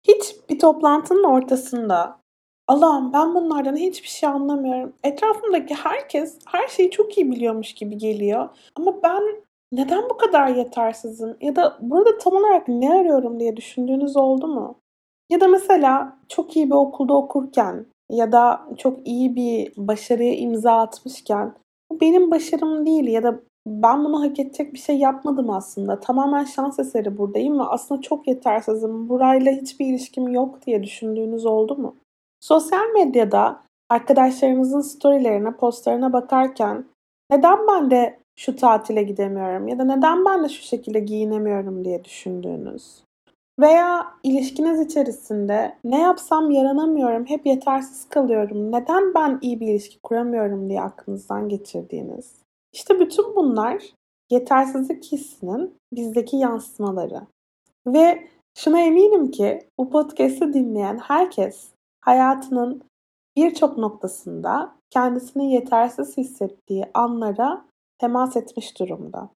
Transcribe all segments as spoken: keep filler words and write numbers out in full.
Hiç bir toplantının ortasında, "Allah'ım ben bunlardan hiçbir şey anlamıyorum. Etrafımdaki herkes her şeyi çok iyi biliyormuş gibi geliyor ama ben neden bu kadar yetersizim ya da burada tam olarak ne arıyorum?" diye düşündüğünüz oldu mu? Ya da mesela çok iyi bir okulda okurken ya da çok iyi bir başarıya imza atmışken, "Bu benim başarım değil ya da ben bunu hak edecek bir şey yapmadım aslında. Tamamen şans eseri buradayım ve aslında çok yetersizim. Burayla hiçbir ilişkim yok." diye düşündüğünüz oldu mu? Sosyal medyada arkadaşlarınızın story'lerine, postlarına bakarken neden ben de şu tatile gidemiyorum ya da neden ben de şu şekilde giyinemiyorum diye düşündüğünüz veya ilişkiniz içerisinde ne yapsam yaranamıyorum, hep yetersiz kalıyorum, neden ben iyi bir ilişki kuramıyorum diye aklınızdan geçirdiğiniz. İşte bütün bunlar yetersizlik hissinin bizdeki yansımaları. Ve şuna eminim ki bu podcast'i dinleyen herkes hayatının birçok noktasında kendisini yetersiz hissettiği anlara temas etmiş durumda.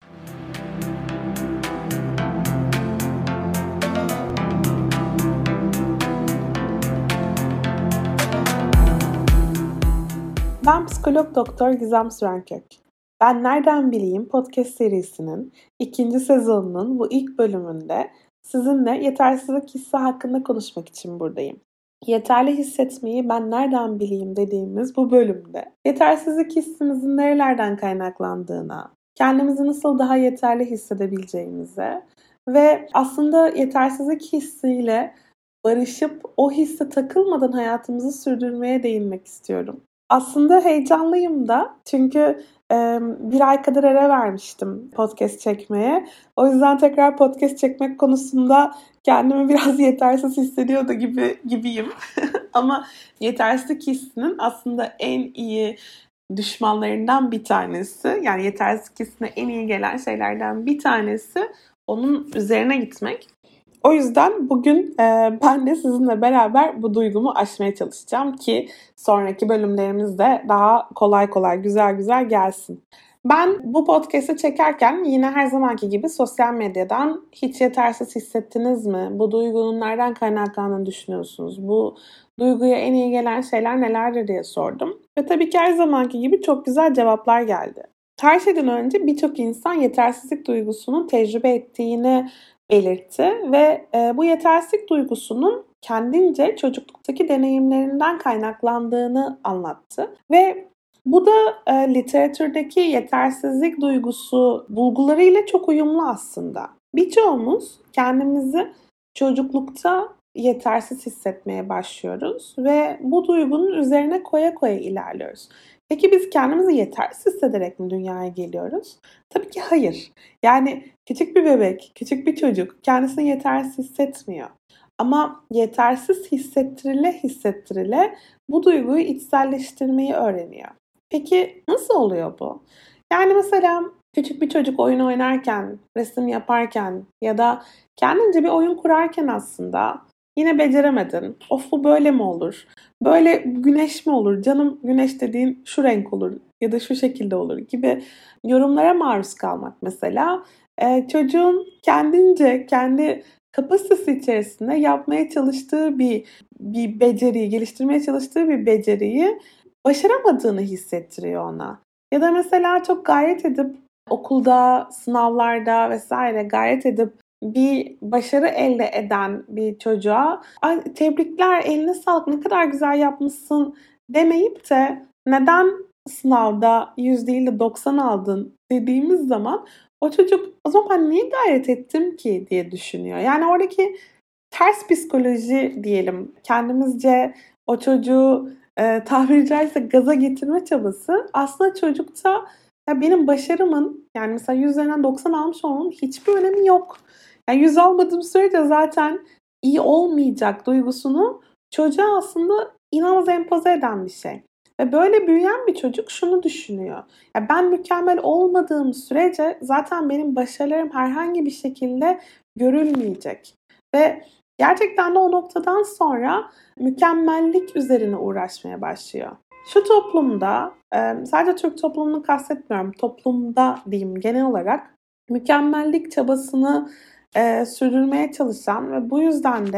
Ben psikolog doktor Gizem Sürenkök. Ben Nereden Bileyim podcast serisinin ikinci sezonunun bu ilk bölümünde sizinle yetersizlik hissi hakkında konuşmak için buradayım. Yeterli hissetmeyi ben nereden bileyim dediğimiz bu bölümde yetersizlik hissimizin nerelerden kaynaklandığına, kendimizi nasıl daha yeterli hissedebileceğimize ve aslında yetersizlik hissiyle barışıp o hisse takılmadan hayatımızı sürdürmeye değinmek istiyorum. Aslında heyecanlıyım da çünkü emm, bir ay kadar ara vermiştim podcast çekmeye. O yüzden tekrar podcast çekmek konusunda kendimi biraz yetersiz hissediyordu gibi gibiyim. Ama yetersizlik hissinin aslında en iyi düşmanlarından bir tanesi, yani yetersizlik hissine en iyi gelen şeylerden bir tanesi onun üzerine gitmek. O yüzden bugün e, ben de sizinle beraber bu duygumu aşmaya çalışacağım ki sonraki bölümlerimizde daha kolay kolay güzel güzel gelsin. Ben bu podcast'ı çekerken yine her zamanki gibi sosyal medyadan hiç yetersiz hissettiniz mi? Bu duygunun nereden kaynaklandığını düşünüyorsunuz? Bu duyguya en iyi gelen şeyler nelerdir diye sordum. Ve tabii ki her zamanki gibi çok güzel cevaplar geldi. Her şeyden önce birçok insan yetersizlik duygusunu tecrübe ettiğini belirtti ve e, bu yetersizlik duygusunun kendince çocukluktaki deneyimlerinden kaynaklandığını anlattı. Ve bu da e, literatürdeki yetersizlik duygusu bulgularıyla çok uyumlu aslında. Birçoğumuz kendimizi çocuklukta yetersiz hissetmeye başlıyoruz ve bu duygunun üzerine koya koya ilerliyoruz. Peki biz kendimizi yetersiz hissederek mi dünyaya geliyoruz? Tabii ki hayır. Yani küçük bir bebek, küçük bir çocuk kendisini yetersiz hissetmiyor. Ama yetersiz hissettirile hissettirile bu duyguyu içselleştirmeyi öğreniyor. Peki nasıl oluyor bu? Yani mesela küçük bir çocuk oyun oynarken, resim yaparken ya da kendince bir oyun kurarken aslında yine beceremedin. Of bu böyle mi olur? Böyle güneş mi olur? Canım güneş dediğin şu renk olur ya da şu şekilde olur gibi yorumlara maruz kalmak mesela e, çocuğun kendince kendi kapasitesi içerisinde yapmaya çalıştığı bir bir beceriyi, geliştirmeye çalıştığı bir beceriyi başaramadığını hissettiriyor ona. Ya da mesela çok gayret edip okulda, sınavlarda vesaire gayret edip bir başarı elde eden bir çocuğa "Ay, tebrikler, eline sağlık, ne kadar güzel yapmışsın" demeyip de neden sınavda yüz değil de doksan aldın dediğimiz zaman o çocuk o zaman ben niye gayret ettim ki diye düşünüyor. Yani oradaki ters psikoloji diyelim kendimizce o çocuğu e, tabiri caizse gaza getirme çabası aslında çocukta ya benim başarımın yani mesela yüz üzerinden doksan almış olmamın hiçbir önemi yok. Yani yüz almadığım sürece zaten iyi olmayacak duygusunu çocuğa aslında inanılmaz empoze eden bir şey. Ve böyle büyüyen bir çocuk şunu düşünüyor. Ya ben mükemmel olmadığım sürece zaten benim başarılarım herhangi bir şekilde görülmeyecek. Ve gerçekten de o noktadan sonra mükemmellik üzerine uğraşmaya başlıyor. Şu toplumda, sadece Türk toplumunu kastetmiyorum, toplumda diyeyim genel olarak mükemmellik çabasını e, sürdürmeye çalışan ve bu yüzden de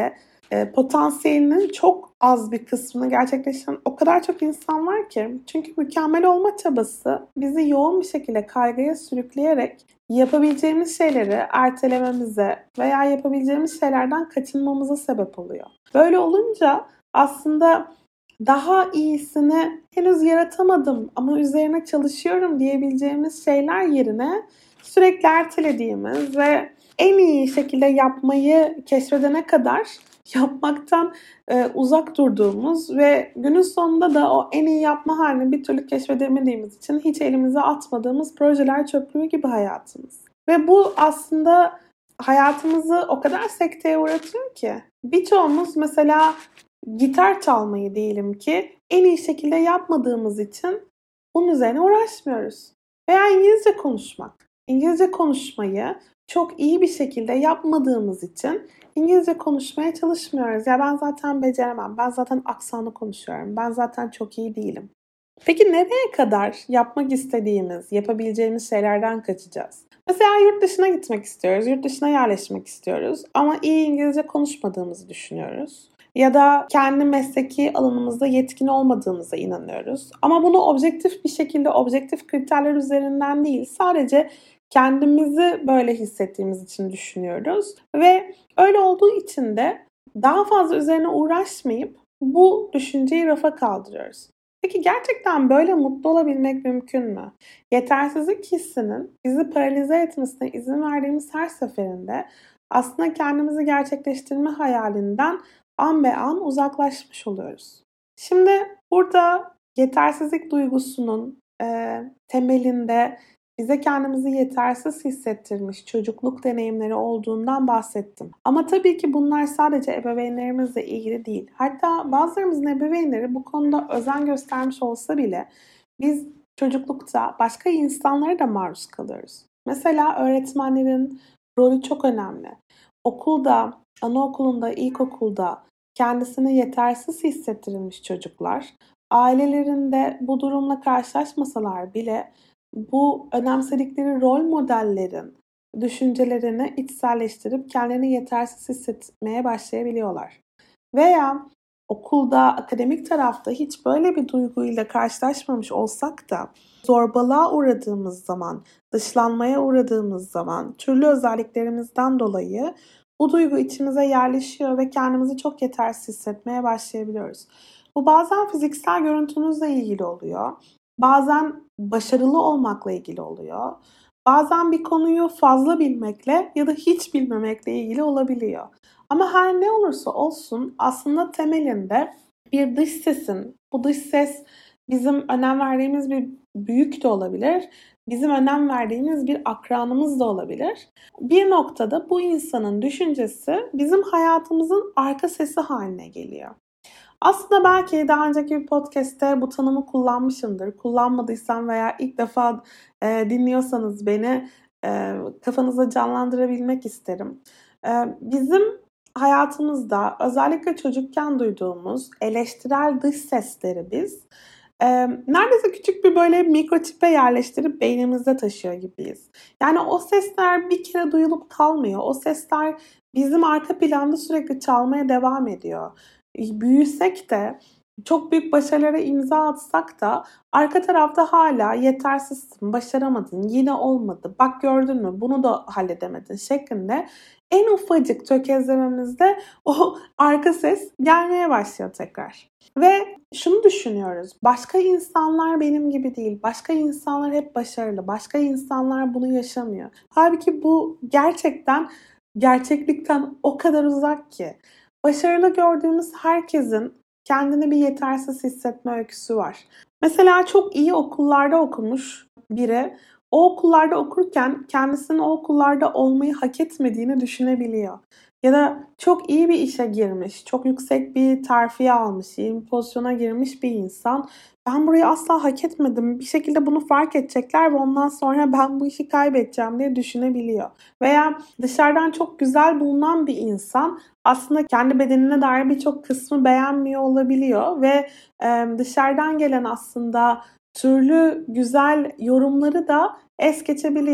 e, potansiyelinin çok az bir kısmını gerçekleştiren o kadar çok insan var ki. Çünkü mükemmel olma çabası bizi yoğun bir şekilde kaygıya sürükleyerek yapabileceğimiz şeyleri ertelememize veya yapabileceğimiz şeylerden kaçınmamıza sebep oluyor. Böyle olunca aslında daha iyisini henüz yaratamadım ama üzerine çalışıyorum diyebileceğimiz şeyler yerine sürekli ertelediğimiz ve en iyi şekilde yapmayı keşfedene kadar yapmaktan e, uzak durduğumuz ve günün sonunda da o en iyi yapma halini bir türlü keşfedemediğimiz için hiç elimize atmadığımız projeler çöplüğü gibi hayatımız. Ve bu aslında hayatımızı o kadar sekteye uğratıyor ki. Birçoğumuz mesela gitar çalmayı diyelim ki en iyi şekilde yapmadığımız için bunun üzerine uğraşmıyoruz. Veya İngilizce konuşmak. İngilizce konuşmayı çok iyi bir şekilde yapmadığımız için İngilizce konuşmaya çalışmıyoruz. Ya ben zaten beceremem, ben zaten aksanlı konuşuyorum, ben zaten çok iyi değilim. Peki nereye kadar yapmak istediğimiz, yapabileceğimiz şeylerden kaçacağız? Mesela yurt dışına gitmek istiyoruz, yurt dışına yerleşmek istiyoruz ama iyi İngilizce konuşmadığımızı düşünüyoruz. Ya da kendi mesleki alanımızda yetkin olmadığımıza inanıyoruz. Ama bunu objektif bir şekilde, objektif kriterler üzerinden değil, sadece kendimizi böyle hissettiğimiz için düşünüyoruz. Ve öyle olduğu için de daha fazla üzerine uğraşmayıp bu düşünceyi rafa kaldırıyoruz. Peki gerçekten böyle mutlu olabilmek mümkün mü? Yetersizlik hissinin bizi paralize etmesine izin verdiğimiz her seferinde aslında kendimizi gerçekleştirme hayalinden an be an uzaklaşmış oluyoruz. Şimdi burada yetersizlik duygusunun e, temelinde bize kendimizi yetersiz hissettirmiş çocukluk deneyimleri olduğundan bahsettim. Ama tabii ki bunlar sadece ebeveynlerimizle ilgili değil. Hatta bazılarımızın ebeveynleri bu konuda özen göstermiş olsa bile biz çocuklukta başka insanlara da maruz kalıyoruz. Mesela öğretmenlerin rolü çok önemli. Okulda, anaokulunda, ilkokulda kendisini yetersiz hissettirilmiş çocuklar, ailelerinde bu durumla karşılaşmasalar bile bu önemsedikleri rol modellerin düşüncelerini içselleştirip kendilerini yetersiz hissetmeye başlayabiliyorlar. Veya okulda, akademik tarafta hiç böyle bir duyguyla karşılaşmamış olsak da zorbalığa uğradığımız zaman, dışlanmaya uğradığımız zaman türlü özelliklerimizden dolayı bu duygu içimize yerleşiyor ve kendimizi çok yetersiz hissetmeye başlayabiliyoruz. Bu bazen fiziksel görüntümüzle ilgili oluyor. Bazen başarılı olmakla ilgili oluyor. Bazen bir konuyu fazla bilmekle ya da hiç bilmemekle ilgili olabiliyor. Ama her ne olursa olsun aslında temelinde bir dış sesin, bu dış ses bizim önem verdiğimiz bir büyük de olabilir, bizim önem verdiğimiz bir akranımız da olabilir. Bir noktada bu insanın düşüncesi bizim hayatımızın arka sesi haline geliyor. Aslında belki daha önceki bir podcast'te bu tanımı kullanmışımdır. Kullanmadıysam veya ilk defa e, dinliyorsanız beni e, kafanıza canlandırabilmek isterim. E, bizim hayatımızda özellikle çocukken duyduğumuz eleştirel dış sesleri biz e, neredeyse küçük bir böyle mikroçipe yerleştirip beynimizde taşıyor gibiyiz. Yani o sesler bir kere duyulup kalmıyor. O sesler bizim arka planda sürekli çalmaya devam ediyor. Büyüsek de, çok büyük başarılara imza atsak da arka tarafta hala yetersizsin, başaramadın, yine olmadı, bak gördün mü bunu da halledemedin şeklinde en ufacık tökezlememizde o arka ses gelmeye başlıyor tekrar. Ve şunu düşünüyoruz, başka insanlar benim gibi değil, başka insanlar hep başarılı, başka insanlar bunu yaşamıyor. Halbuki bu gerçekten gerçeklikten o kadar uzak ki. Başarılı gördüğümüz herkesin kendini bir yetersiz hissetme öyküsü var. Mesela çok iyi okullarda okumuş biri o okullarda okurken kendisinin o okullarda olmayı hak etmediğini düşünebiliyor. Ya da çok iyi bir işe girmiş, çok yüksek bir terfi almış, iyi bir pozisyona girmiş bir insan ben burayı asla hak etmedim, bir şekilde bunu fark edecekler ve ondan sonra ben bu işi kaybedeceğim diye düşünebiliyor. Veya dışarıdan çok güzel bulunan bir insan aslında kendi bedenine dair birçok kısmı beğenmiyor olabiliyor ve e, dışarıdan gelen aslında türlü güzel yorumları da es geçebiliyor.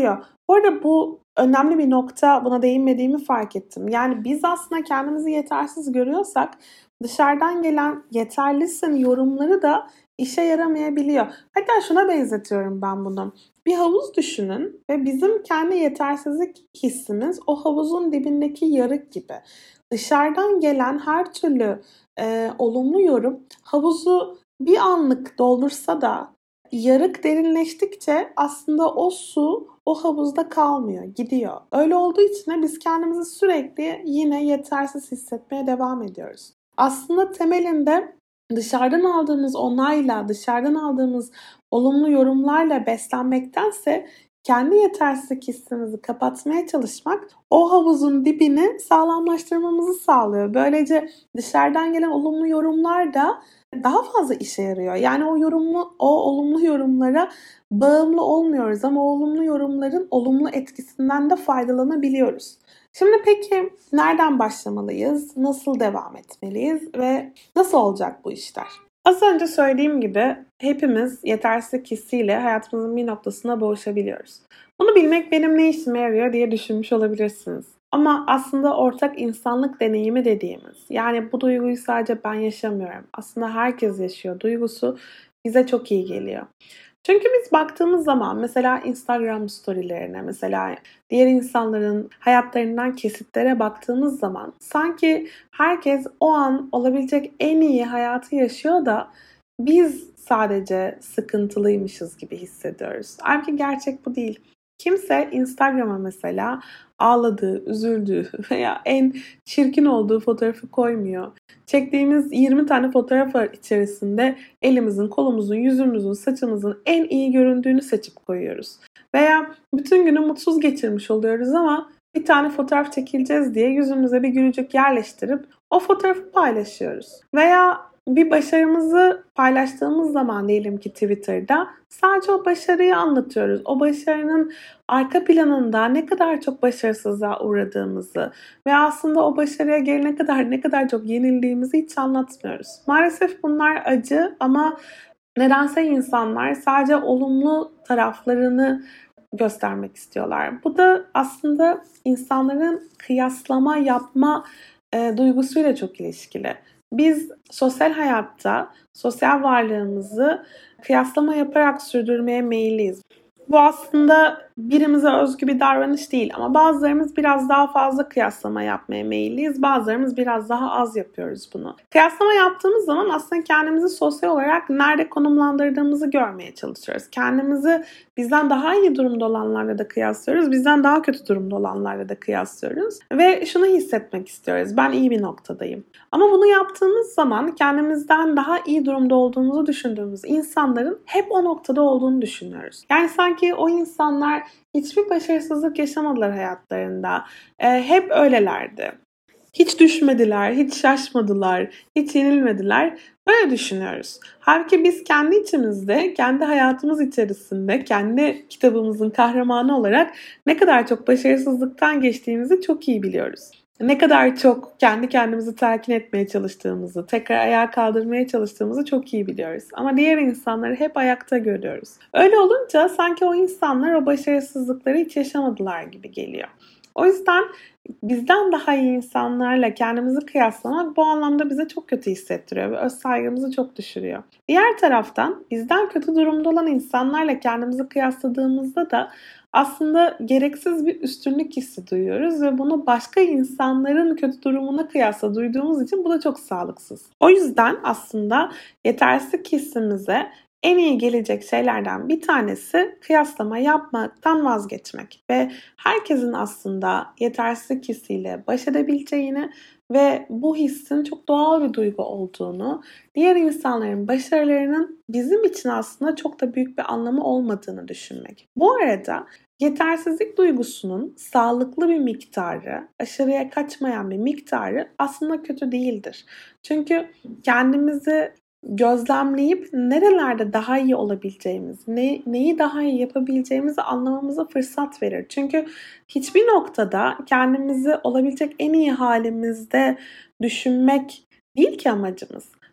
Bu arada bu önemli bir nokta, buna değinmediğimi fark ettim. Yani biz aslında kendimizi yetersiz görüyorsak dışarıdan gelen yeterlisin yorumları da işe yaramayabiliyor. Hatta şuna benzetiyorum ben bunu. Bir havuz düşünün ve bizim kendi yetersizlik hissimiz o havuzun dibindeki yarık gibi. Dışarıdan gelen her türlü e, olumlu yorum havuzu bir anlık doldursa da yarık derinleştikçe aslında o su o havuzda kalmıyor, gidiyor. Öyle olduğu için de biz kendimizi sürekli yine yetersiz hissetmeye devam ediyoruz. Aslında temelinde dışarıdan aldığımız onayla, dışarıdan aldığımız olumlu yorumlarla beslenmektense kendi yetersizlik hissimizi kapatmaya çalışmak o havuzun dibini sağlamlaştırmamızı sağlıyor. Böylece dışarıdan gelen olumlu yorumlar da daha fazla işe yarıyor. Yani o yorumu, o olumlu yorumlara bağımlı olmuyoruz ama o olumlu yorumların olumlu etkisinden de faydalanabiliyoruz. Şimdi peki nereden başlamalıyız? Nasıl devam etmeliyiz ve nasıl olacak bu işler? Az önce söylediğim gibi hepimiz yetersizlik hissiyle hayatımızın bir noktasına boğuşabiliyoruz. Bunu bilmek benim ne işime yarıyor diye düşünmüş olabilirsiniz. Ama aslında ortak insanlık deneyimi dediğimiz, yani bu duyguyu sadece ben yaşamıyorum, aslında herkes yaşıyor duygusu bize çok iyi geliyor. Çünkü biz baktığımız zaman mesela Instagram storylerine, mesela diğer insanların hayatlarından kesitlere baktığımız zaman sanki herkes o an olabilecek en iyi hayatı yaşıyor da biz sadece sıkıntılıymışız gibi hissediyoruz. Halbuki gerçek bu değil. Kimse Instagram'a mesela ağladığı, üzüldüğü veya en çirkin olduğu fotoğrafı koymuyor. Çektiğimiz yirmi tane fotoğraf içerisinde elimizin, kolumuzun, yüzümüzün, saçımızın en iyi göründüğünü seçip koyuyoruz. Veya bütün günü mutsuz geçirmiş oluyoruz ama bir tane fotoğraf çekileceğiz diye yüzümüze bir gülücük yerleştirip o fotoğrafı paylaşıyoruz. Veya bir başarımızı paylaştığımız zaman diyelim ki Twitter'da sadece o başarıyı anlatıyoruz. O başarının arka planında ne kadar çok başarısızlığa uğradığımızı ve aslında o başarıya gelene kadar ne kadar çok yenildiğimizi hiç anlatmıyoruz. Maalesef bunlar acı ama nedense insanlar sadece olumlu taraflarını göstermek istiyorlar. Bu da aslında insanların kıyaslama yapma e, duygusuyla çok ilişkili. Biz sosyal hayatta sosyal varlığımızı kıyaslama yaparak sürdürmeye meyilliyiz. Bu aslında birimize özgü bir davranış değil ama bazılarımız biraz daha fazla kıyaslama yapmaya meyilliyiz. Bazılarımız biraz daha az yapıyoruz bunu. Kıyaslama yaptığımız zaman aslında kendimizi sosyal olarak nerede konumlandırdığımızı görmeye çalışıyoruz. Kendimizi bizden daha iyi durumda olanlarla da kıyaslıyoruz. Bizden daha kötü durumda olanlarla da kıyaslıyoruz. Ve şunu hissetmek istiyoruz. Ben iyi bir noktadayım. Ama bunu yaptığımız zaman kendimizden daha iyi durumda olduğumuzu düşündüğümüz insanların hep o noktada olduğunu düşünüyoruz. Yani sanki o insanlar hiçbir başarısızlık yaşamadılar hayatlarında. Ee, hep öylelerdi. Hiç düşmediler, hiç şaşmadılar, hiç yenilmediler. Böyle düşünüyoruz. Halbuki biz kendi içimizde, kendi hayatımız içerisinde, kendi kitabımızın kahramanı olarak ne kadar çok başarısızlıktan geçtiğimizi çok iyi biliyoruz. Ne kadar çok kendi kendimizi telkin etmeye çalıştığımızı, tekrar ayağa kaldırmaya çalıştığımızı çok iyi biliyoruz. Ama diğer insanları hep ayakta görüyoruz. Öyle olunca sanki o insanlar o başarısızlıkları hiç yaşamadılar gibi geliyor. O yüzden bizden daha iyi insanlarla kendimizi kıyaslamak bu anlamda bize çok kötü hissettiriyor ve öz saygımızı çok düşürüyor. Diğer taraftan bizden kötü durumda olan insanlarla kendimizi kıyasladığımızda da aslında gereksiz bir üstünlük hissi duyuyoruz ve bunu başka insanların kötü durumuna kıyasla duyduğumuz için bu da çok sağlıksız. O yüzden aslında yetersizlik hissimize en iyi gelecek şeylerden bir tanesi kıyaslama yapmaktan vazgeçmek ve herkesin aslında yetersizlik hissiyle baş edebileceğini ve bu hissin çok doğal bir duygu olduğunu, diğer insanların başarılarının bizim için aslında çok da büyük bir anlamı olmadığını düşünmek. Bu arada yetersizlik duygusunun sağlıklı bir miktarı, aşırıya kaçmayan bir miktarı aslında kötü değildir. Çünkü kendimizi gözlemleyip nerelerde daha iyi olabileceğimiz, ne, neyi daha iyi yapabileceğimizi anlamamıza fırsat verir. Çünkü hiçbir noktada kendimizi olabilecek en iyi halimizde düşünmek değil ki amacımız.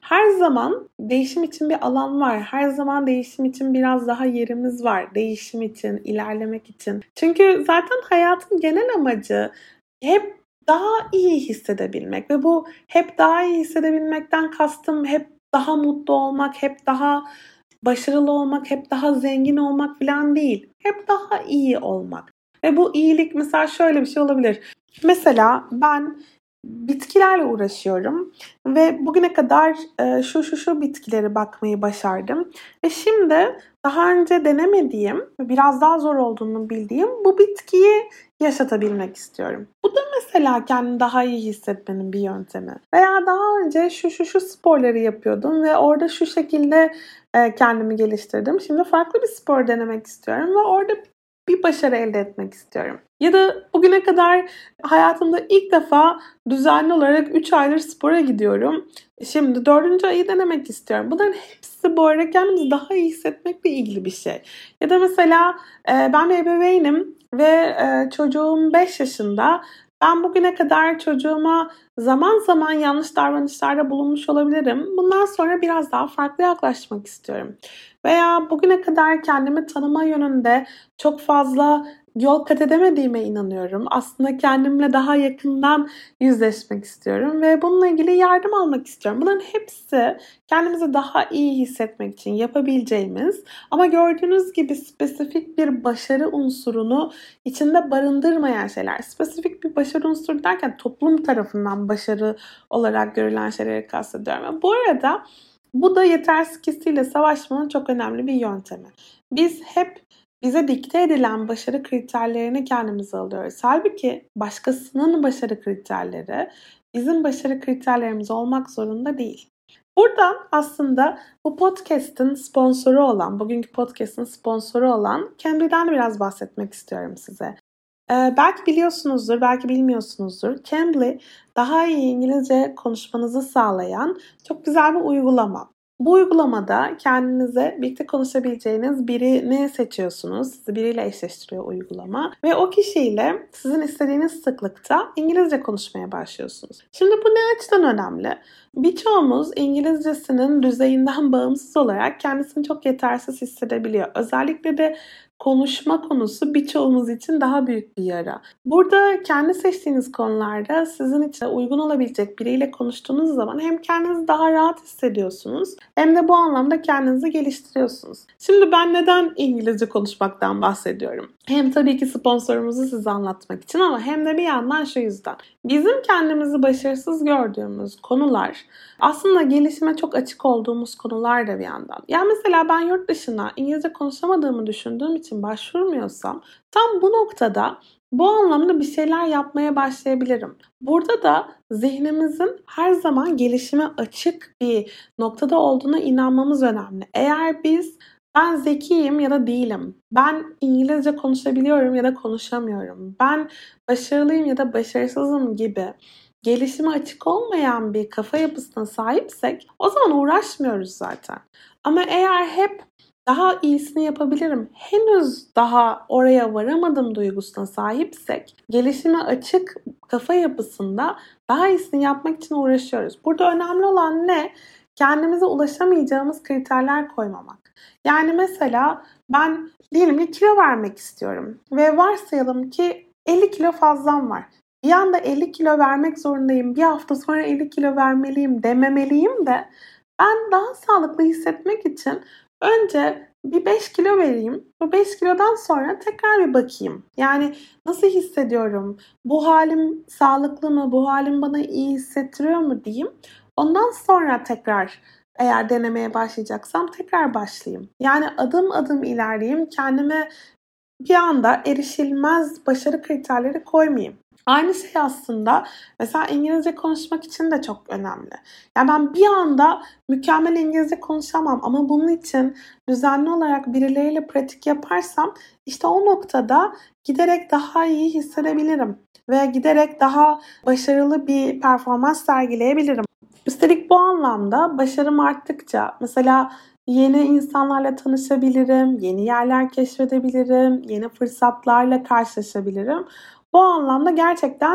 Her zaman değişim için bir alan var. Her zaman değişim için biraz daha yerimiz var. Değişim için, ilerlemek için. Çünkü zaten hayatın genel amacı hep daha iyi hissedebilmek ve bu hep daha iyi hissedebilmekten kastım hep daha mutlu olmak, hep daha başarılı olmak, hep daha zengin olmak falan değil. Hep daha iyi olmak. Ve bu iyilik mesela şöyle bir şey olabilir. Mesela ben bitkilerle uğraşıyorum ve bugüne kadar e, şu şu şu bitkilere bakmayı başardım. Ve şimdi daha önce denemediğim, biraz daha zor olduğunu bildiğim bu bitkiyi yaşatabilmek istiyorum. Bu da mesela kendini daha iyi hissetmenin bir yöntemi. Veya daha önce şu şu şu sporları yapıyordum ve orada şu şekilde e, kendimi geliştirdim. Şimdi farklı bir spor denemek istiyorum ve orada bir başarı elde etmek istiyorum. Ya da bugüne kadar hayatımda ilk defa düzenli olarak üç aydır spora gidiyorum. Şimdi dördüncü ayı denemek istiyorum. Bunların hepsi bu arada kendimizi daha iyi hissetmekle ilgili bir şey. Ya da mesela e, ben bir ebeveynim ve e, çocuğum beş yaşında. Ben bugüne kadar çocuğuma zaman zaman yanlış davranışlarda bulunmuş olabilirim. Bundan sonra biraz daha farklı yaklaşmak istiyorum. Veya bugüne kadar kendimi tanıma yönünde çok fazla yol kat edemediğime inanıyorum. Aslında kendimle daha yakından yüzleşmek istiyorum ve bununla ilgili yardım almak istiyorum. Bunların hepsi kendimizi daha iyi hissetmek için yapabileceğimiz ama gördüğünüz gibi spesifik bir başarı unsurunu içinde barındırmayan şeyler. Spesifik bir başarı unsuru derken toplum tarafından başarı olarak görülen şeyleri kastediyorum. Bu arada bu da yetersiz hissiyle savaşmanın çok önemli bir yöntemi. Biz hep bize dikte edilen başarı kriterlerini kendimize alıyoruz. Halbuki başkasının başarı kriterleri bizim başarı kriterlerimiz olmak zorunda değil. Buradan aslında bu podcast'ın sponsoru olan, bugünkü podcast'ın sponsoru olan Cambly'den biraz bahsetmek istiyorum size. Ee, belki biliyorsunuzdur, belki bilmiyorsunuzdur. Cambly daha iyi İngilizce konuşmanızı sağlayan çok güzel bir uygulama. Bu uygulamada kendinize birlikte konuşabileceğiniz birini seçiyorsunuz. Sizi biriyle eşleştiriyor uygulama. Ve o kişiyle sizin istediğiniz sıklıkta İngilizce konuşmaya başlıyorsunuz. Şimdi bu ne açıdan önemli? Birçoğumuz İngilizcesinin düzeyinden bağımsız olarak kendisini çok yetersiz hissedebiliyor. Özellikle de konuşma konusu birçoğumuz için daha büyük bir yara. Burada kendi seçtiğiniz konularda sizin için uygun olabilecek biriyle konuştuğunuz zaman hem kendinizi daha rahat hissediyorsunuz hem de bu anlamda kendinizi geliştiriyorsunuz. Şimdi ben neden İngilizce konuşmaktan bahsediyorum? Hem tabii ki sponsorumuzu size anlatmak için ama hem de bir yandan şu yüzden. Bizim kendimizi başarısız gördüğümüz konular aslında gelişime çok açık olduğumuz konular da bir yandan. Yani mesela ben yurt dışına İngilizce konuşamadığımı düşündüğüm için başvurmuyorsam tam bu noktada bu anlamda bir şeyler yapmaya başlayabilirim. Burada da zihnimizin her zaman gelişime açık bir noktada olduğuna inanmamız önemli. Eğer biz ben zekiyim ya da değilim, ben İngilizce konuşabiliyorum ya da konuşamıyorum, ben başarılıyım ya da başarısızım gibi gelişime açık olmayan bir kafa yapısına sahipsek o zaman uğraşmıyoruz zaten. Ama eğer hep daha iyisini yapabilirim, henüz daha oraya varamadım duygusuna sahipsek, gelişime açık kafa yapısında daha iyisini yapmak için uğraşıyoruz. Burada önemli olan ne? Kendimize ulaşamayacağımız kriterler koymamak. Yani mesela ben diyelim ki kilo vermek istiyorum ve varsayalım ki elli kilo fazlam var. Bir anda elli kilo vermek zorundayım, bir hafta sonra elli kilo vermeliyim dememeliyim de ben daha sağlıklı hissetmek için önce bir beş kilo vereyim. Bu beş kilodan sonra tekrar bir bakayım. Yani nasıl hissediyorum? Bu halim sağlıklı mı? Bu halim bana iyi hissettiriyor mu diyeyim. Ondan sonra tekrar eğer denemeye başlayacaksam tekrar başlayayım. Yani adım adım ilerleyeyim. Kendime bir anda erişilmez başarı kriterleri koymayayım. Aynı şey aslında mesela İngilizce konuşmak için de çok önemli. Yani ben bir anda mükemmel İngilizce konuşamam ama bunun için düzenli olarak birileriyle pratik yaparsam işte o noktada giderek daha iyi hissedebilirim ve giderek daha başarılı bir performans sergileyebilirim. Üstelik bu anlamda başarım arttıkça mesela yeni insanlarla tanışabilirim, yeni yerler keşfedebilirim, yeni fırsatlarla karşılaşabilirim. Bu anlamda gerçekten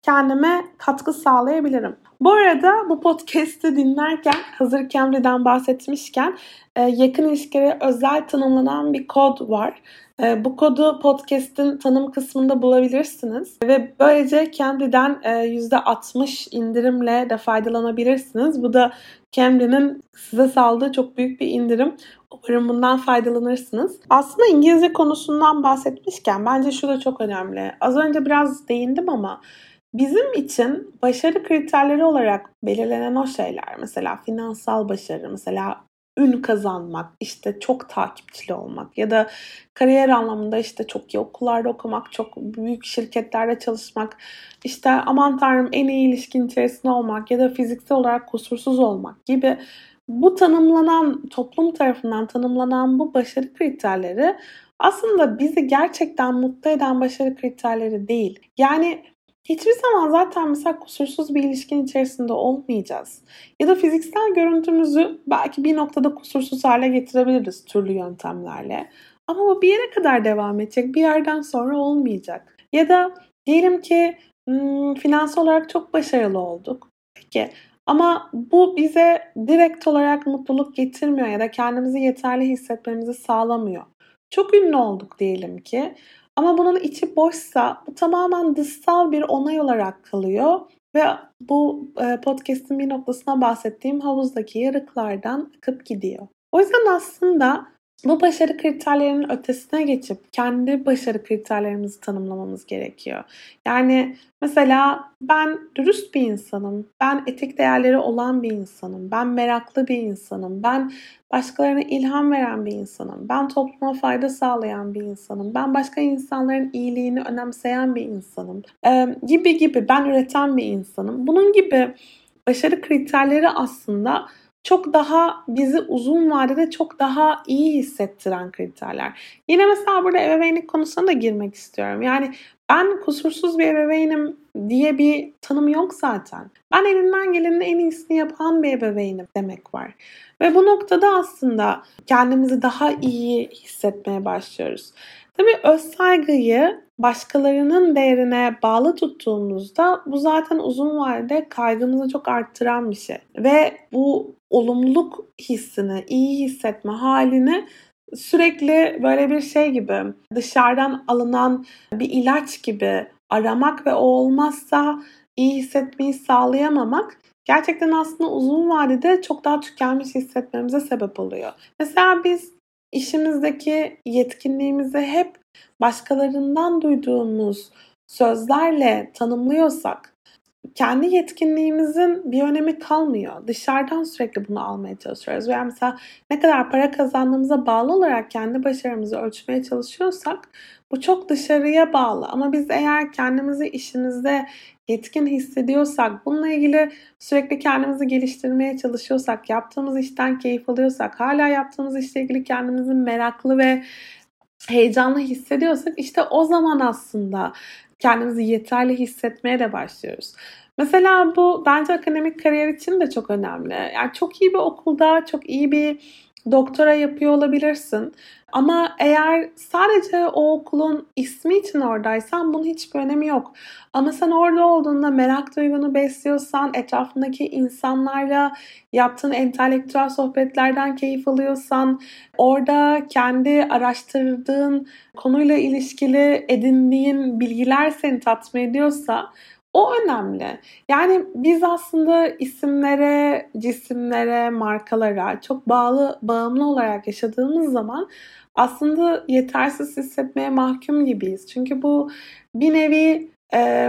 kendime katkı sağlayabilirim. Bu arada bu podcast'i dinlerken hazır Cambly'den bahsetmişken yakın ilişkilere özel tanımlanan bir kod var. Bu kodu podcast'in tanım kısmında bulabilirsiniz ve böylece Cambly'den yüzde altmış indirimle de faydalanabilirsiniz. Bu da Cambly'nin size sağladığı çok büyük bir indirim. Umarım bundan faydalanırsınız. Aslında İngilizce konusundan bahsetmişken bence şu da çok önemli. Az önce biraz değindim ama bizim için başarı kriterleri olarak belirlenen o şeyler, mesela finansal başarı, mesela ün kazanmak, işte çok takipçili olmak ya da kariyer anlamında işte çok iyi okullarda okumak, çok büyük şirketlerde çalışmak, işte aman tanrım en iyi ilişkin içerisinde olmak ya da fiziksel olarak kusursuz olmak gibi bu tanımlanan, toplum tarafından tanımlanan bu başarı kriterleri aslında bizi gerçekten mutlu eden başarı kriterleri değil. Yani hiçbir zaman zaten mesela kusursuz bir ilişkin içerisinde olmayacağız. Ya da fiziksel görüntümüzü belki bir noktada kusursuz hale getirebiliriz türlü yöntemlerle. Ama bu bir yere kadar devam edecek, bir yerden sonra olmayacak. Ya da diyelim ki hmm, finansal olarak çok başarılı olduk. Peki ama bu bize direkt olarak mutluluk getirmiyor ya da kendimizi yeterli hissetmemizi sağlamıyor. Çok ünlü olduk diyelim ki. Ama bunun içi boşsa bu tamamen dışsal bir onay olarak kalıyor ve bu podcast'in bir noktasına bahsettiğim havuzdaki yarıklardan akıp gidiyor. O yüzden aslında bu başarı kriterlerinin ötesine geçip kendi başarı kriterlerimizi tanımlamamız gerekiyor. Yani mesela ben dürüst bir insanım, ben etik değerleri olan bir insanım, ben meraklı bir insanım, ben başkalarına ilham veren bir insanım, ben topluma fayda sağlayan bir insanım, ben başka insanların iyiliğini önemseyen bir insanım ee, gibi gibi ben üreten bir insanım. Bunun gibi başarı kriterleri aslında çok daha bizi uzun vadede çok daha iyi hissettiren kriterler. Yine mesela burada ebeveynlik konusuna da girmek istiyorum. Yani ben kusursuz bir ebeveynim diye bir tanım yok zaten. Ben elinden gelenin en iyisini yapan bir ebeveynim demek var. Ve bu noktada aslında kendimizi daha iyi hissetmeye başlıyoruz. Tabii öz saygıyı başkalarının değerine bağlı tuttuğumuzda bu zaten uzun vadede kaygımızı çok arttıran bir şey. Ve bu olumluluk hissini, iyi hissetme halini sürekli böyle bir şey gibi, dışarıdan alınan bir ilaç gibi aramak ve o olmazsa iyi hissetmeyi sağlayamamak gerçekten aslında uzun vadede çok daha tükenmiş hissetmemize sebep oluyor. Mesela biz işimizdeki yetkinliğimizi hep başkalarından duyduğumuz sözlerle tanımlıyorsak kendi yetkinliğimizin bir önemi kalmıyor. Dışarıdan sürekli bunu almaya çalışıyoruz. Veya mesela ne kadar para kazandığımıza bağlı olarak kendi başarımızı ölçmeye çalışıyorsak bu çok dışarıya bağlı. Ama biz eğer kendimizi işimizde yetkin hissediyorsak, bununla ilgili sürekli kendimizi geliştirmeye çalışıyorsak, yaptığımız işten keyif alıyorsak, hala yaptığımız işle ilgili kendimizi meraklı ve heyecanlı hissediyorsak işte o zaman aslında kendimizi yeterli hissetmeye de başlıyoruz. Mesela bu bence akademik kariyer için de çok önemli. Yani çok iyi bir okulda, çok iyi bir doktora yapıyor olabilirsin. Ama eğer sadece o okulun ismi için oradaysan bunun hiçbir önemi yok. Ama sen orada olduğunda merak duygunu besliyorsan, etrafındaki insanlarla yaptığın entelektüel sohbetlerden keyif alıyorsan, orada kendi araştırdığın konuyla ilişkili edindiğin bilgiler seni tatmin ediyorsa o önemli. Yani biz aslında isimlere, cisimlere, markalara çok bağlı, bağımlı olarak yaşadığımız zaman aslında yetersiz hissetmeye mahkum gibiyiz. Çünkü bu bir nevi e,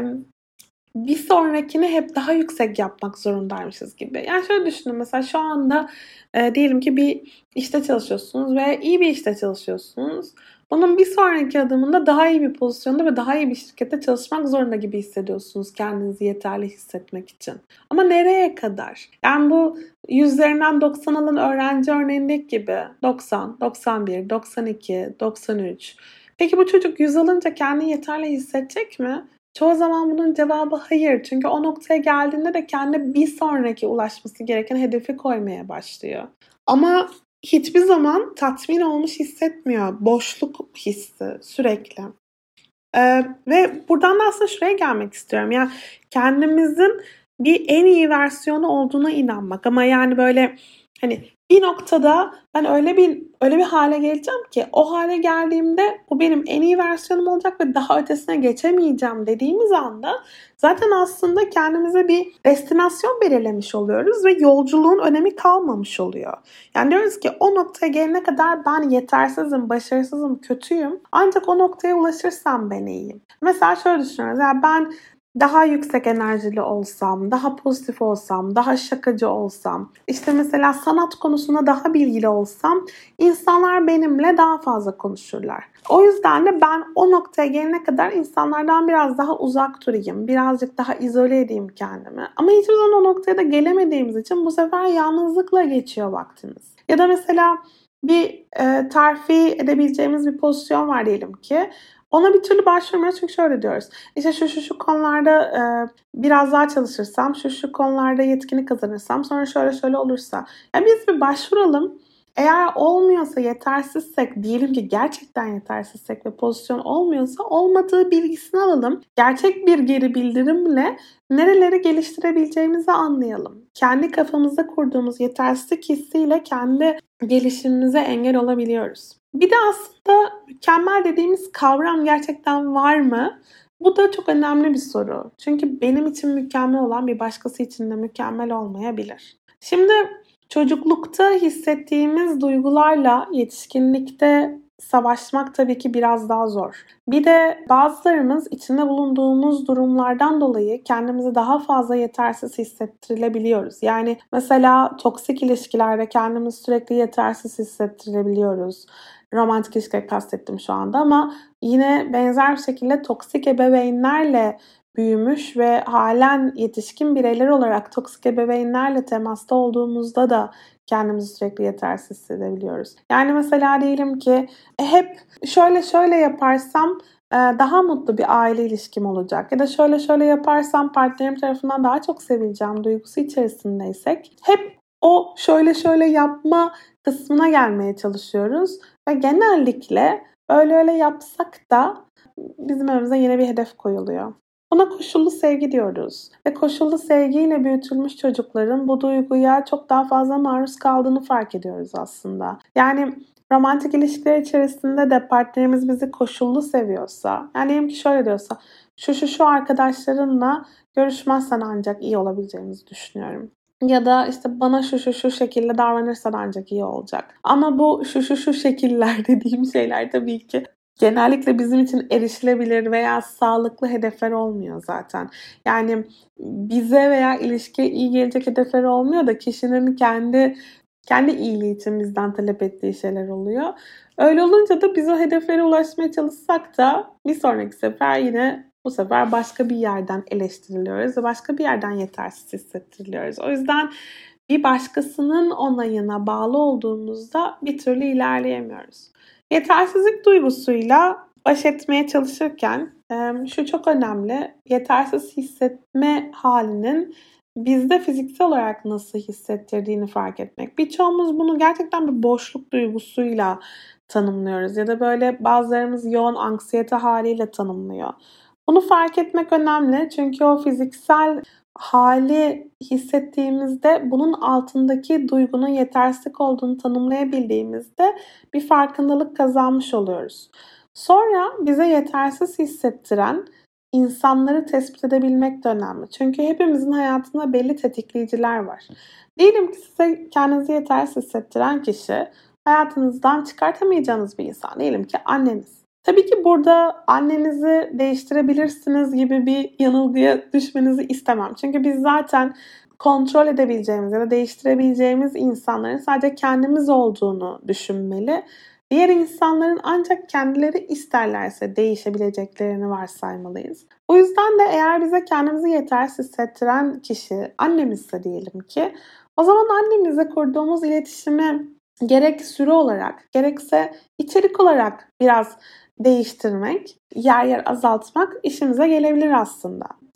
bir sonrakini hep daha yüksek yapmak zorundaymışız gibi. Yani şöyle düşünün, mesela şu anda e, diyelim ki bir işte çalışıyorsunuz ve iyi bir işte çalışıyorsunuz. Bunun bir sonraki adımında daha iyi bir pozisyonda ve daha iyi bir şirkette çalışmak zorunda gibi hissediyorsunuz kendinizi yeterli hissetmek için. Ama nereye kadar? Yani bu yüzlerinden doksan alan öğrenci örneğindeki gibi doksan, doksan bir, doksan iki, doksan üç. Peki bu çocuk yüz alınca kendini yeterli hissedecek mi? Çoğu zaman bunun cevabı hayır. Çünkü o noktaya geldiğinde de kendi bir sonraki ulaşması gereken hedefi koymaya başlıyor. Ama hiçbir zaman tatmin olmuş hissetmiyor. Boşluk hissi sürekli. Ee, ve buradan da aslında şuraya gelmek istiyorum. Yani kendimizin bir en iyi versiyonu olduğuna inanmak. Ama yani böyle hani bir noktada ben öyle bir öyle bir hale geleceğim ki o hale geldiğimde bu benim en iyi versiyonum olacak ve daha ötesine geçemeyeceğim dediğimiz anda zaten aslında kendimize bir destinasyon belirlemiş oluyoruz ve yolculuğun önemi kalmamış oluyor. Yani diyoruz ki o noktaya gelene kadar ben yetersizim, başarısızım, kötüyüm. Ancak o noktaya ulaşırsam ben iyiyim. Mesela şöyle düşünüyoruz. Yani ben daha yüksek enerjili olsam, daha pozitif olsam, daha şakacı olsam, işte mesela sanat konusunda daha bilgili olsam insanlar benimle daha fazla konuşurlar. O yüzden de ben o noktaya gelene kadar insanlardan biraz daha uzak durayım, birazcık daha izole edeyim kendimi. Ama hiçbir zaman o noktaya da gelemediğimiz için bu sefer yalnızlıkla geçiyor vaktimiz. Ya da mesela bir e, terfi edebileceğimiz bir pozisyon var diyelim ki. Ona bir türlü başvurmuyoruz çünkü şöyle diyoruz. İşte şu şu şu konularda e, biraz daha çalışırsam, şu şu konularda yetkinlik kazanırsam, sonra şöyle şöyle olursa. Yani biz bir başvuralım. Eğer olmuyorsa, yetersizsek, diyelim ki gerçekten yetersizsek ve pozisyon olmuyorsa olmadığı bilgisini alalım. Gerçek bir geri bildirimle nereleri geliştirebileceğimizi anlayalım. Kendi kafamızda kurduğumuz yetersizlik hissiyle kendi gelişimimize engel olabiliyoruz. Bir de aslında mükemmel dediğimiz kavram gerçekten var mı? Bu da çok önemli bir soru. Çünkü benim için mükemmel olan bir başkası için de mükemmel olmayabilir. Şimdi çocuklukta hissettiğimiz duygularla yetişkinlikte savaşmak tabii ki biraz daha zor. Bir de bazılarımız içinde bulunduğumuz durumlardan dolayı kendimizi daha fazla yetersiz hissettirebiliyoruz. Yani mesela toksik ilişkilerde kendimizi sürekli yetersiz hissettirebiliyoruz. Romantik ilişkileri kastettim şu anda ama yine benzer bir şekilde toksik ebeveynlerle büyümüş ve halen yetişkin bireyler olarak toksik ebeveynlerle temasta olduğumuzda da kendimizi sürekli yetersiz hissedebiliyoruz. Yani mesela diyelim ki hep şöyle şöyle yaparsam daha mutlu bir aile ilişkim olacak ya da şöyle şöyle yaparsam partnerim tarafından daha çok sevileceğim duygusu içerisindeysek hep o şöyle şöyle yapma kısmına gelmeye çalışıyoruz ve genellikle öyle öyle yapsak da bizim önümüze yine bir hedef koyuluyor. Buna koşullu sevgi diyoruz ve koşullu sevgiyle büyütülmüş çocukların bu duyguya çok daha fazla maruz kaldığını fark ediyoruz aslında. Yani romantik ilişkiler içerisinde de partnerimiz bizi koşullu seviyorsa, yani diyelim ki şöyle diyorsa, şu şu şu arkadaşlarınla görüşmezsen ancak iyi olabileceğimizi düşünüyorum. Ya da işte bana şu şu şu şekilde davranırsan ancak iyi olacak. Ama bu şu şu şu şekiller dediğim şeyler tabii ki genellikle bizim için erişilebilir veya sağlıklı hedefler olmuyor zaten. Yani bize veya ilişkiye iyi gelecek hedefler olmuyor da kişinin kendi kendi iyiliği için bizden talep ettiği şeyler oluyor. Öyle olunca da biz o hedeflere ulaşmaya çalışsak da bir sonraki sefer yine bu sefer başka bir yerden eleştiriliyoruz ve başka bir yerden yetersiz hissettiriliyoruz. O yüzden bir başkasının onayına bağlı olduğumuzda bir türlü ilerleyemiyoruz. Yetersizlik duygusuyla baş etmeye çalışırken şu çok önemli. Yetersiz hissetme halinin bizde fiziksel olarak nasıl hissettirdiğini fark etmek. Birçoğumuz bunu gerçekten bir boşluk duygusuyla tanımlıyoruz ya da böyle bazılarımız yoğun anksiyete haliyle tanımlıyor. Bunu fark etmek önemli çünkü o fiziksel hali hissettiğimizde bunun altındaki duygunun yetersizlik olduğunu tanımlayabildiğimizde bir farkındalık kazanmış oluyoruz. Sonra bize yetersiz hissettiren insanları tespit edebilmek de önemli. Çünkü hepimizin hayatında belli tetikleyiciler var. Diyelim ki size kendinizi yetersiz hissettiren kişi hayatınızdan çıkartamayacağınız bir insan. Diyelim ki anneniz. Tabii ki burada annenizi değiştirebilirsiniz gibi bir yanılgıya düşmenizi istemem. Çünkü biz zaten kontrol edebileceğimiz ya da değiştirebileceğimiz insanların sadece kendimiz olduğunu düşünmeli. Diğer insanların ancak kendileri isterlerse değişebileceklerini varsaymalıyız. O yüzden de eğer bize kendimizi yetersiz hissettiren kişi annemizse diyelim ki, o zaman annemizle kurduğumuz iletişimi gerek süre olarak gerekse içerik olarak biraz değiştirmek, yer yer azaltmak işimize gelebilir aslında.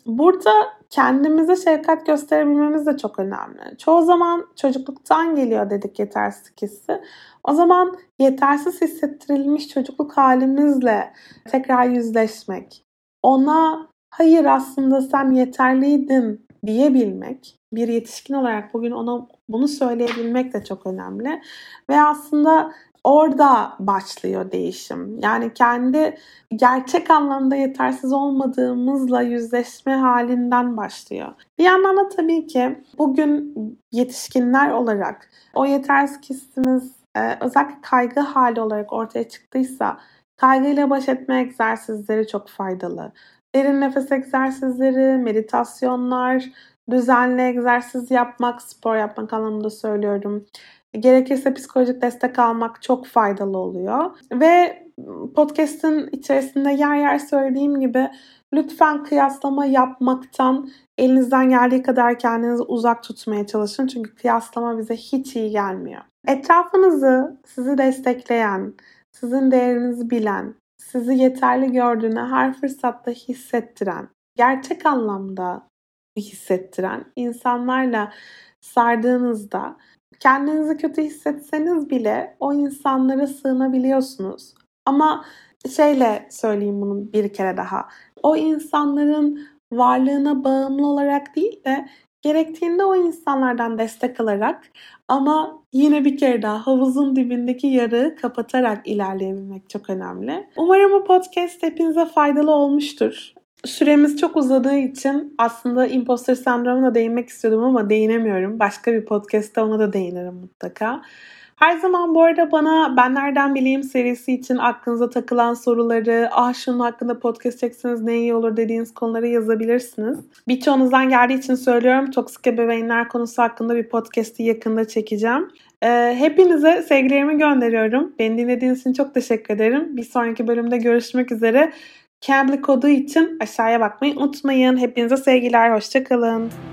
Burada kendimize şefkat gösterebilmemiz de çok önemli. Çoğu zaman çocukluktan geliyor dedik yetersizlik hissi. O zaman yetersiz hissettirilmiş çocukluk halimizle tekrar yüzleşmek, ona hayır aslında sen yeterliydin diyebilmek, bir yetişkin olarak bugün ona bunu söyleyebilmek de çok önemli. Ve aslında orada başlıyor değişim. Yani kendi gerçek anlamda yetersiz olmadığımızla yüzleşme halinden başlıyor. Bir yandan da tabii ki bugün yetişkinler olarak o yetersiz hissimiz e, özellikle kaygı hali olarak ortaya çıktıysa kaygıyla baş etme egzersizleri çok faydalı. Derin nefes egzersizleri, meditasyonlar, düzenli egzersiz yapmak, spor yapmak anlamında söylüyorum. Gerekirse psikolojik destek almak çok faydalı oluyor. Ve podcast'ın içerisinde yer yer söylediğim gibi lütfen kıyaslama yapmaktan elinizden geldiği kadar kendinizi uzak tutmaya çalışın. Çünkü kıyaslama bize hiç iyi gelmiyor. Etrafınızı sizi destekleyen, sizin değerinizi bilen, sizi yeterli gördüğünü her fırsatta hissettiren, gerçek anlamda hissettiren insanlarla sardığınızda kendinizi kötü hissetseniz bile o insanlara sığınabiliyorsunuz. Ama şeyle söyleyeyim bunu bir kere daha. O insanların varlığına bağımlı olarak değil de gerektiğinde o insanlardan destek alarak ama yine bir kere daha havuzun dibindeki yarığı kapatarak ilerleyebilmek çok önemli. Umarım bu podcast hepinize faydalı olmuştur. Süremiz çok uzadığı için aslında imposter sendromuna değinmek istiyordum ama değinemiyorum. Başka bir podcast'ta ona da değinirim mutlaka. Her zaman bu arada bana Ben Nereden Bileyim serisi için aklınıza takılan soruları, ah şunun hakkında podcast çekseniz ne iyi olur dediğiniz konuları yazabilirsiniz. Birçoğunuzdan geldiği için söylüyorum, toksik ebeveynler konusu hakkında bir podcast'i yakında çekeceğim. Ee, hepinize sevgilerimi gönderiyorum. Beni dinlediğiniz için çok teşekkür ederim. Bir sonraki bölümde görüşmek üzere. Cambly kodu için aşağıya bakmayı unutmayın. Hepinize sevgiler, hoşça kalın.